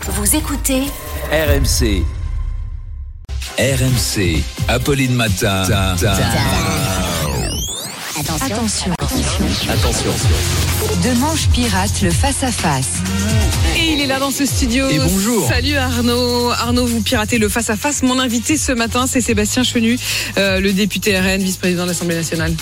Vous écoutez RMC. RMC. Apolline Matin. Attention. De Manche Pirate, le face-à-face. Et il est là dans ce studio. Et bonjour. Salut Arnaud. Arnaud, vous piratez le face-à-face. Mon invité ce matin, c'est Sébastien Chenu, le député RN, vice-président de l'Assemblée nationale.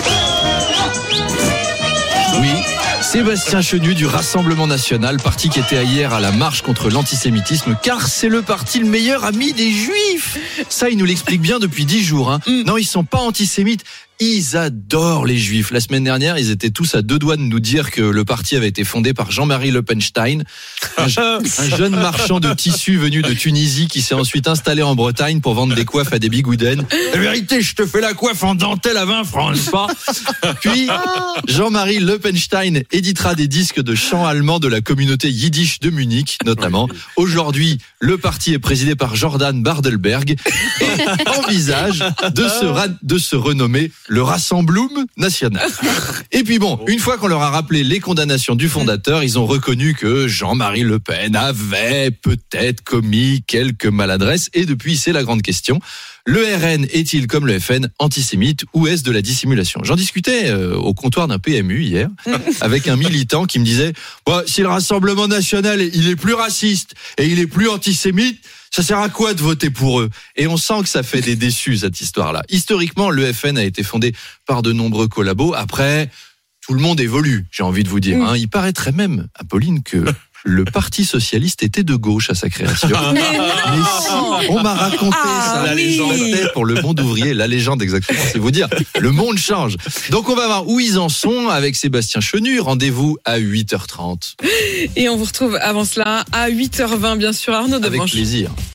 Oui, Sébastien Chenu du Rassemblement national, parti qui était hier à la marche contre l'antisémitisme, car c'est le parti le meilleur ami des Juifs. Ça, il nous l'explique bien depuis 10 jours. Non, ils sont pas antisémites. Ils adorent les Juifs. La semaine dernière, ils étaient tous à deux doigts de nous dire que le parti avait été fondé par Jean-Marie Lopenstein, un jeune marchand de tissus venu de Tunisie qui s'est ensuite installé en Bretagne pour vendre des coiffes à des bigoudens. La vérité, je te fais la coiffe en dentelle à 20 francs, n'est-ce pas ? Puis, Jean-Marie Lopenstein éditera des disques de chants allemands de la communauté yiddish de Munich, notamment. Aujourd'hui, le parti est présidé par Jordan Bardelberg et envisage de se renommer le Rassembloum national. Et puis bon, une fois qu'on leur a rappelé les condamnations du fondateur, ils ont reconnu que Jean-Marie Le Pen avait peut-être commis quelques maladresses. Et depuis, c'est la grande question. Le RN est-il, comme le FN, antisémite ou est-ce de la dissimulation ? J'en discutais au comptoir d'un PMU hier avec un militant qui me disait si le Rassemblement national il est plus raciste et il est plus antisémite, ça sert à quoi de voter pour eux ? Et on sent que ça fait des déçus, cette histoire-là. Historiquement, le FN a été fondé par de nombreux collabos. Après, tout le monde évolue, j'ai envie de vous dire. Il paraîtrait même, Apolline, que le Parti socialiste était de gauche à sa création. Mais si, on m'a raconté ça. La légende pour le monde ouvrier, la légende exactement, c'est vous dire, le monde change. Donc on va voir où ils en sont avec Sébastien Chenu. Rendez-vous à 8h30. Et on vous retrouve avant cela à 8h20, bien sûr, Arnaud de Avec Manche. plaisir.